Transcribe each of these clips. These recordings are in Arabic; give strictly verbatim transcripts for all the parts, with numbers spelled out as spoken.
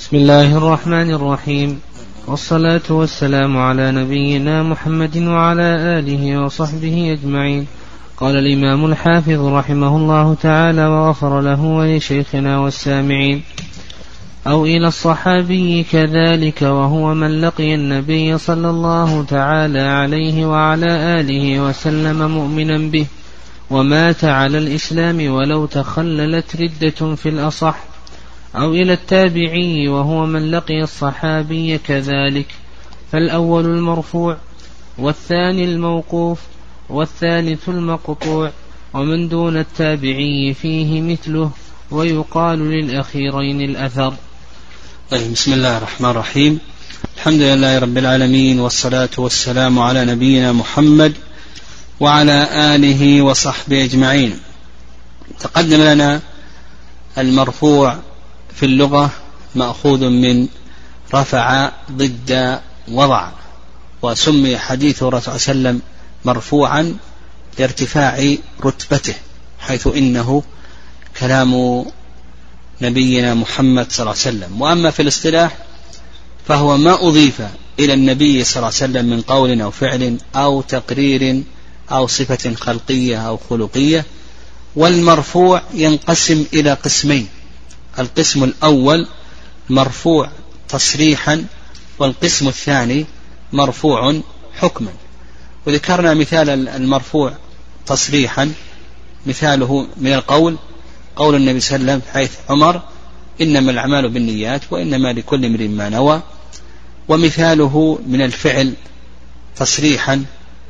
بسم الله الرحمن الرحيم، والصلاة والسلام على نبينا محمد وعلى آله وصحبه أجمعين. قال الإمام الحافظ رحمه الله تعالى وغفر له ولشيخنا والسامعين: أو إلى الصحابي كذلك، وهو من لقي النبي صلى الله تعالى عليه وعلى آله وسلم مؤمنا به ومات على الإسلام ولو تخللت ردة في الأصح. أو إلى التابعي وهو من لقي الصحابي كذلك، فالأول المرفوع والثاني الموقوف والثالث المقطوع، ومن دون التابعي فيه مثله، ويقال للأخيرين الأثر. طيب، بسم الله الرحمن الرحيم. الحمد لله رب العالمين، والصلاة والسلام على نبينا محمد وعلى آله وصحبه أجمعين. تقدم لنا المرفوع في اللغة مأخوذ من رفع ضد وضع، وسمي حديث الرسول صلى الله عليه وسلم مرفوعا لارتفاع رتبته، حيث إنه كلام نبينا محمد صلى الله عليه وسلم. وأما في الاصطلاح فهو ما أضيف إلى النبي صلى الله عليه وسلم من قول أو فعل أو تقرير أو صفة خلقية أو خلقية. والمرفوع ينقسم إلى قسمين: القسم الأول مرفوع تصريحا، والقسم الثاني مرفوع حكما. وذكرنا مثال المرفوع تصريحا، مثاله من القول قول النبي صلى الله عليه وسلم حيث عمر: إنما الأعمال بالنيات وإنما لكل امرئ ما نوى. ومثاله من الفعل تصريحا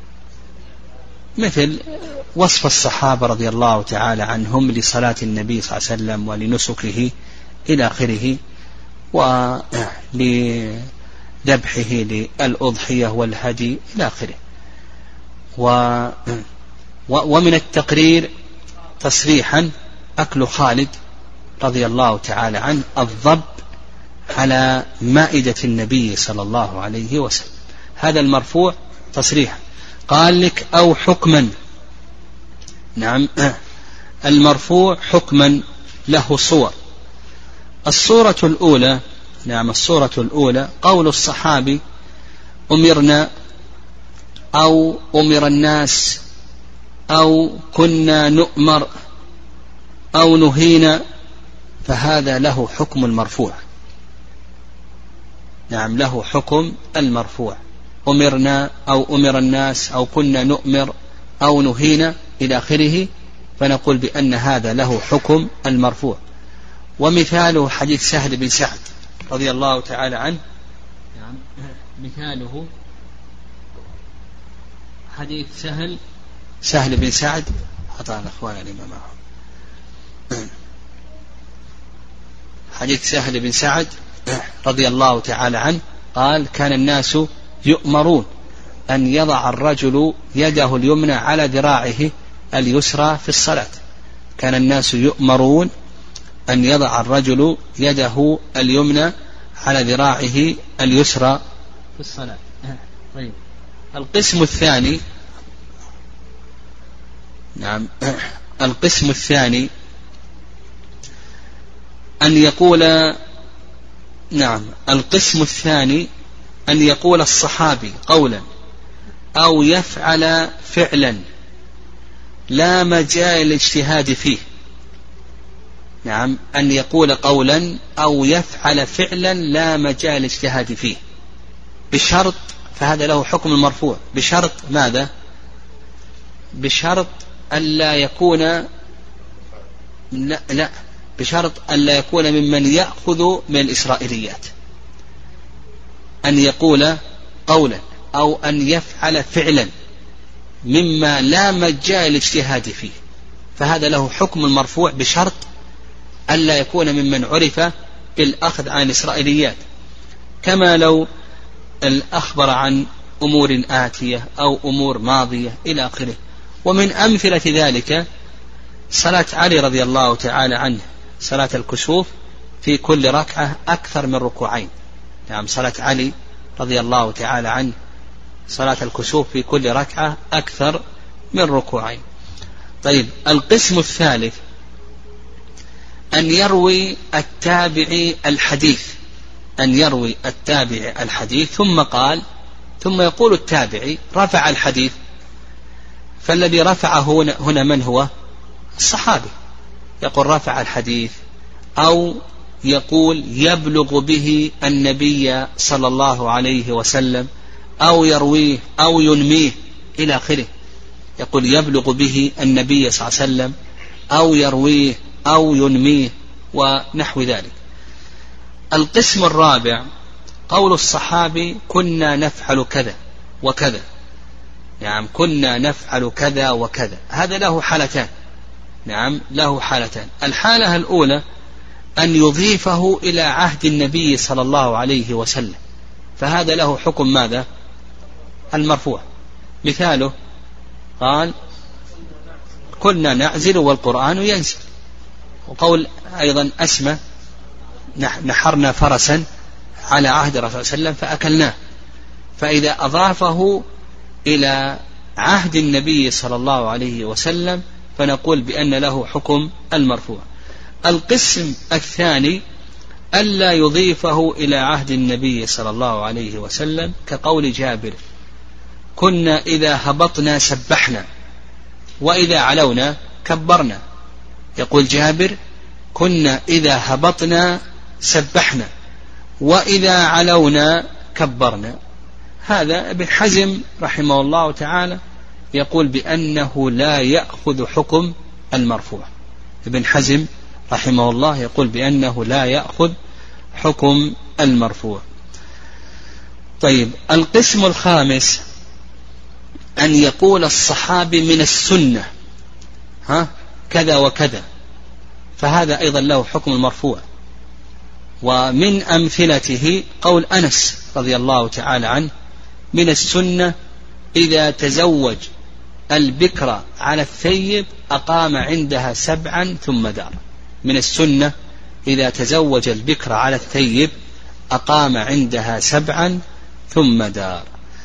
مثل وصف الصحابة رضي الله تعالى عنهم لصلاة النبي صلى الله عليه وسلم ولنسكه إلى آخره، ولذبحه للأضحية والهدي إلى آخره. ومن التقرير تصريحا أكل خالد رضي الله تعالى عنه الضب على مائدة النبي صلى الله عليه وسلم، هذا المرفوع تصريحا. قال لك أو حكما. نعم، المرفوع حكما له صور. الصورة الأولى نعم الصورة الأولى قول الصحابي: أمرنا، أو أمر الناس، أو كنا نؤمر، أو نهينا، فهذا له حكم المرفوع. نعم، له حكم المرفوع. أمرنا أو أمر الناس أو كنا نؤمر أو نهينا إلى آخره، فنقول بأن هذا له حكم المرفوع. ومثاله حديث سهل بن سعد رضي الله تعالى عنه. نعم، مثاله حديث سهل سهل بن سعد، أعطانا أخوانا لما معهم. حديث سهل بن سعد رضي الله تعالى عنه قال: كان الناس يؤمرون أن يضع الرجل يده اليمنى على ذراعه اليسرى في الصلاة. كان الناس يؤمرون أن يضع الرجل يده اليمنى على ذراعه اليسرى في الصلاة. طيب، القسم الثاني نعم القسم الثاني أن يقول نعم القسم الثاني أن يقول الصحابي قولا أو يفعل فعلا لا مجال الاجتهاد فيه. نعم، أن يقول قولا أو يفعل فعلا لا مجال الاجتهاد فيه بشرط، فهذا له حكم المرفوع. بشرط ماذا؟ بشرط ألا يكون لا, لا بشرط ألا يكون ممن يأخذ من الإسرائيليات. أن يقول قولا أو أن يفعل فعلا مما لا مجال الاجتهاد فيه، فهذا له حكم المرفوع بشرط ألا يكون ممن عرف بالأخذ عن الإسرائيليات، كما لو الأخبر عن أمور آتية أو أمور ماضية إلى آخره. ومن أمثلة ذلك صلاة علي رضي الله تعالى عنه، صلاة الكسوف في كل ركعة أكثر من ركوعين. نعم، صلاة علي رضي الله تعالى عنه صلاة الكسوف في كل ركعة أكثر من ركوعين. طيب، القسم الثالث أن يروي التابعي الحديث أن يروي التابع الحديث ثم قال ثم يقول التابعي رفع الحديث، فالذي رفعه هنا من هو؟ الصحابي، يقول رفع الحديث، أو يقول يبلغ به النبي صلى الله عليه وسلم، أو يرويه أو ينميه إلى آخره، يقول يبلغ به النبي صلى الله عليه وسلم أو يرويه أو ينميه ونحو ذلك. القسم الرابع قول الصحابي كنا نفعل كذا وكذا، نعم كنا نفعل كذا وكذا، هذا له حالتان، نعم له حالتان. الحالة الأولى أن يضيفه إلى عهد النبي صلى الله عليه وسلم، فهذا له حكم ماذا؟ المرفوع. مثاله قال كنا نعزل والقرآن ينزل، وقول أيضا أسمى نحرنا فرسا على عهد الرسول صلى الله عليه وسلم فأكلناه، فإذا أضافه إلى عهد النبي صلى الله عليه وسلم فنقول بأن له حكم المرفوع. القسم الثاني ألا يضيفه إلى عهد النبي صلى الله عليه وسلم، كقول جابر كنا إذا هبطنا سبحنا وإذا علونا كبرنا، يقول جابر كنا إذا هبطنا سبحنا وإذا علونا كبرنا. هذا ابن حزم رحمه الله تعالى يقول بأنه لا يأخذ حكم المرفوع. ابن حزم رحمه الله يقول بأنه لا يأخذ حكم المرفوع. طيب، القسم الخامس أن يقول الصحابي من السنة ها كذا وكذا، فهذا أيضا له حكم المرفوع. ومن أمثلته قول أنس رضي الله تعالى عنه من السنة إذا تزوج البكر على الثيب أقام عندها سبعا ثم دار. من السنة إذا تزوج البكر على الثيب أقام عندها سبعا ثم دار.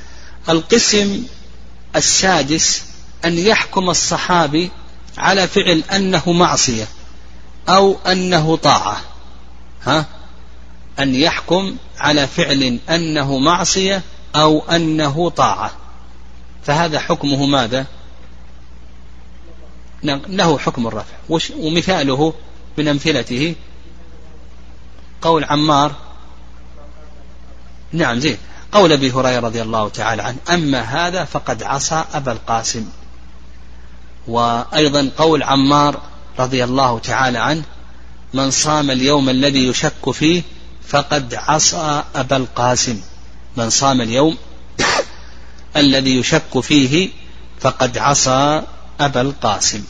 القسم السادس أن يحكم الصحابي على فعل أنه معصية أو أنه طاعة، ها أن يحكم على فعل أنه معصية أو أنه طاعة، فهذا حكمه ماذا؟ له حكم الرفع. ومثاله من أمثلته قول عمار، نعم زين، قول أبي هريرة رضي الله تعالى عنه أما هذا فقد عصى أبا القاسم. وأيضا قول عمار رضي الله تعالى عنه من صام اليوم الذي يشك فيه فقد عصى أبا القاسم. من صام اليوم الذي يشك فيه فقد عصى أبا القاسم.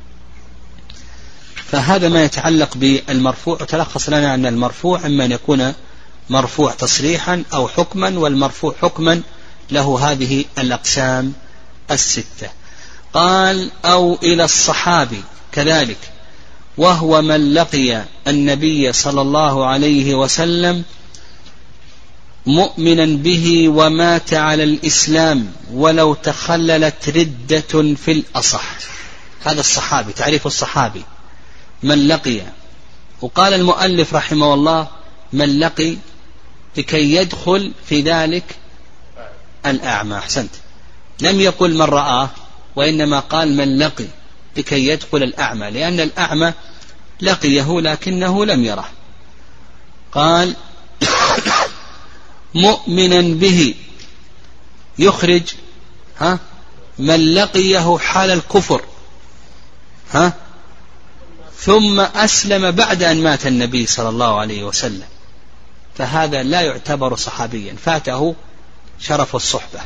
فهذا ما يتعلق بالمرفوع. وتلخص لنا أن المرفوع إما أن يكون مرفوع تصريحا أو حكما، والمرفوع حكما له هذه الأقسام الستة. قال أو إلى الصحابي كذلك، وهو من لقي النبي صلى الله عليه وسلم مؤمنا به ومات على الإسلام ولو تخللت ردة في الأصح. هذا الصحابي، تعريف الصحابي من لقي. وقال المؤلف رحمه الله من لقي لكي يدخل في ذلك الأعمى. أحسنت، لم يقل من رآه، وإنما قال من لقي لكي يدخل الأعمى، لأن الأعمى لقيه لكنه لم يره. قال مؤمنا به يخرج ها من لقيه حال الكفر ها ثم أسلم بعد أن مات النبي صلى الله عليه وسلم، فهذا لا يعتبر صحابيا، فاته شرف الصحبة.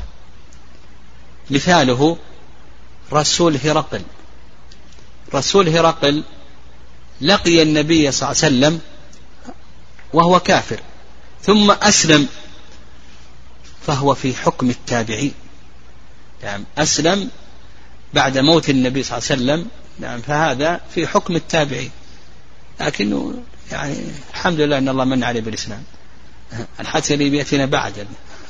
مثاله رسول هرقل. رسول هرقل لقي النبي صلى الله عليه وسلم وهو كافر ثم أسلم، فهو في حكم التابعين. يعني أسلم بعد موت النبي صلى الله عليه وسلم، نعم، فهذا في حكم التابعين، لكنه يعني الحمد لله أن الله من عليه بالإسلام. الحديث اللي بيأتينا بعد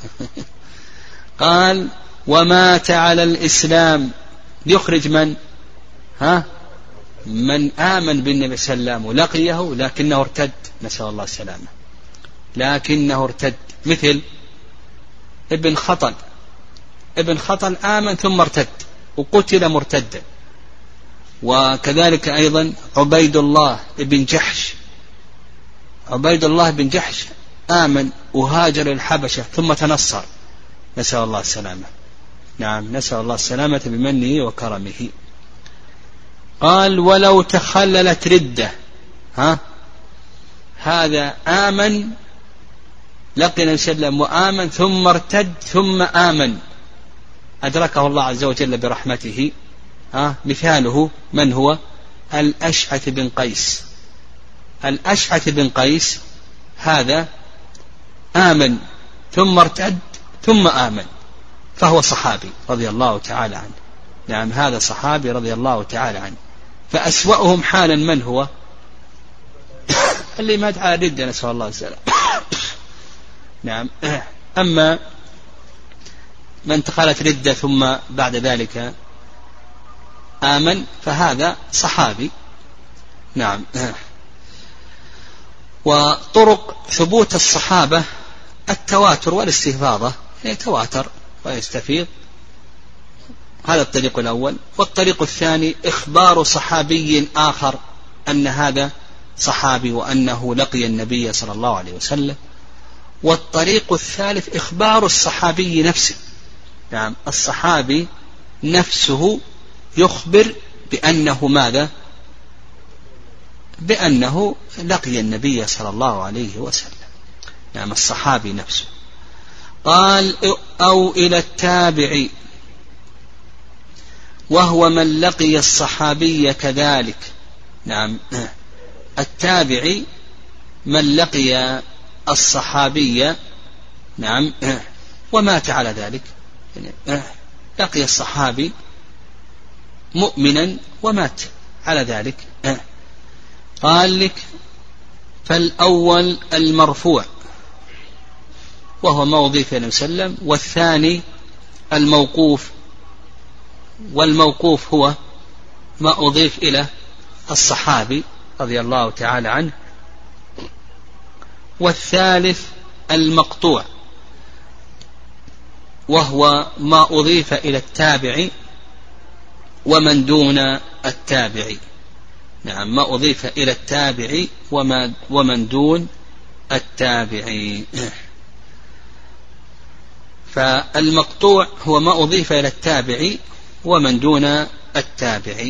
قال ومات على الإسلام يخرج من ها من آمن بالنبي صلى الله عليه وسلم ولقيه لكنه ارتد، نسأل الله السلامة. لكنه ارتد، مثل ابن خطل. ابن خطل آمن ثم ارتد وقتل مرتدا. وكذلك أيضا عبيد الله بن جحش. عبيد الله بن جحش آمن وهاجر الحبشة ثم تنصر، نسأل الله السلامة. نعم، نسأل الله السلامة بمنه وكرمه. قال ولو تخللت ردة، ها هذا آمن، لقي النبي صلى الله عليه وسلم وآمن ثم ارتد ثم آمن، أدركه الله عز وجل برحمته. ها مثاله من هو؟ الأشعث بن قيس. الأشعث بن قيس هذا آمن ثم ارتد ثم آمن، فهو صحابي رضي الله تعالى عنه. نعم، هذا صحابي رضي الله تعالى عنه. فأسوأهم حالا من هو؟ اللي مات على ردة، نسأل الله السلامة. نعم. أما من تخلت ردة ثم بعد ذلك آمن فهذا صحابي. نعم. وطرق ثبوت الصحابة التواتر والاستفاضة، يتواتر ويستفيض، هذا الطريق الأول. والطريق الثاني إخبار صحابي آخر أن هذا صحابي وأنه لقي النبي صلى الله عليه وسلم. والطريق الثالث إخبار الصحابي نفسه. نعم، الصحابي نفسه يخبر بأنه ماذا؟ بأنه لقي النبي صلى الله عليه وسلم. نعم، الصحابي نفسه. قال أو إلى التابع وهو من لقي الصحابي كذلك. نعم، التابعي من لقي الصحابي، نعم، ومات على ذلك، لقي الصحابي مؤمنا ومات على ذلك. قال لك فالأول المرفوع وهو ما أضيف إلى النبي صلى الله عليه وسلم، والثاني الموقوف، والموقوف هو ما أضيف إلى الصحابي رضي الله تعالى عنه. والثالث المقطوع وهو ما أضيف إلى التابع ومن دون التابع. نعم، ما أضيف إلى التابع وما ومن دون التابع. فالمقطوع هو ما أضيف إلى التابع ومن دون التابع.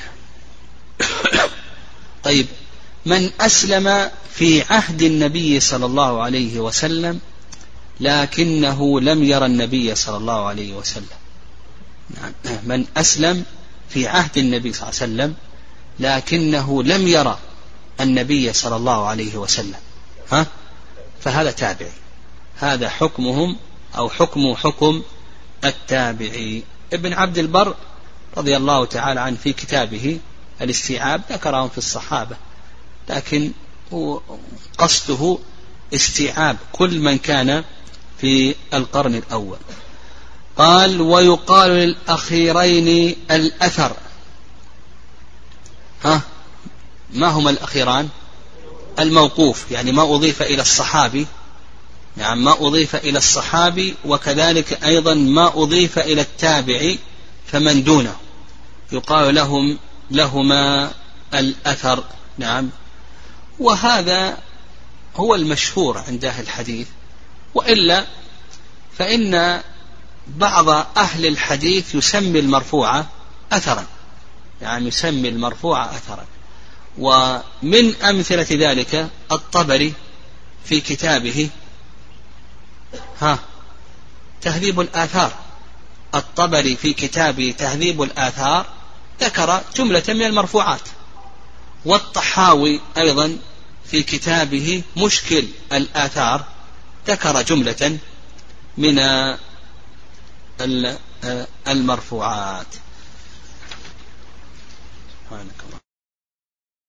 طيب، من أسلم في عهد النبي صلى الله عليه وسلم لكنه لم يرى النبي صلى الله عليه وسلم. من أسلم في عهد النبي صلى الله عليه وسلم لكنه لم يرى النبي صلى الله عليه وسلم، ها فهذا تابعي. هذا حكمهم أو حكم حكم التابعي. ابن عبد البر رضي الله تعالى عنه في كتابه الاستيعاب ذكرهم في الصحابة، لكن قصده استيعاب كل من كان في القرن الأول. قال ويقال للأخيرين الأثر. ها ما هما الأخيران؟ الموقوف، يعني ما أضيف إلى الصحابي. نعم، ما أضيف إلى الصحابي، وكذلك أيضا ما أضيف إلى التابع فمن دونه يقال لهم لهما الأثر. نعم، وهذا هو المشهور عند أهل الحديث، وإلا فإن بعض أهل الحديث يسمي المرفوع أثرا، يعني يسمي المرفوع أثرا. ومن أمثلة ذلك الطبري في كتابه ها تهذيب الآثار. الطبري في كتابه تهذيب الآثار ذكر جملة من المرفوعات. والطحاوي أيضا في كتابه مشكل الآثار ذكر جملة من المرفوعات.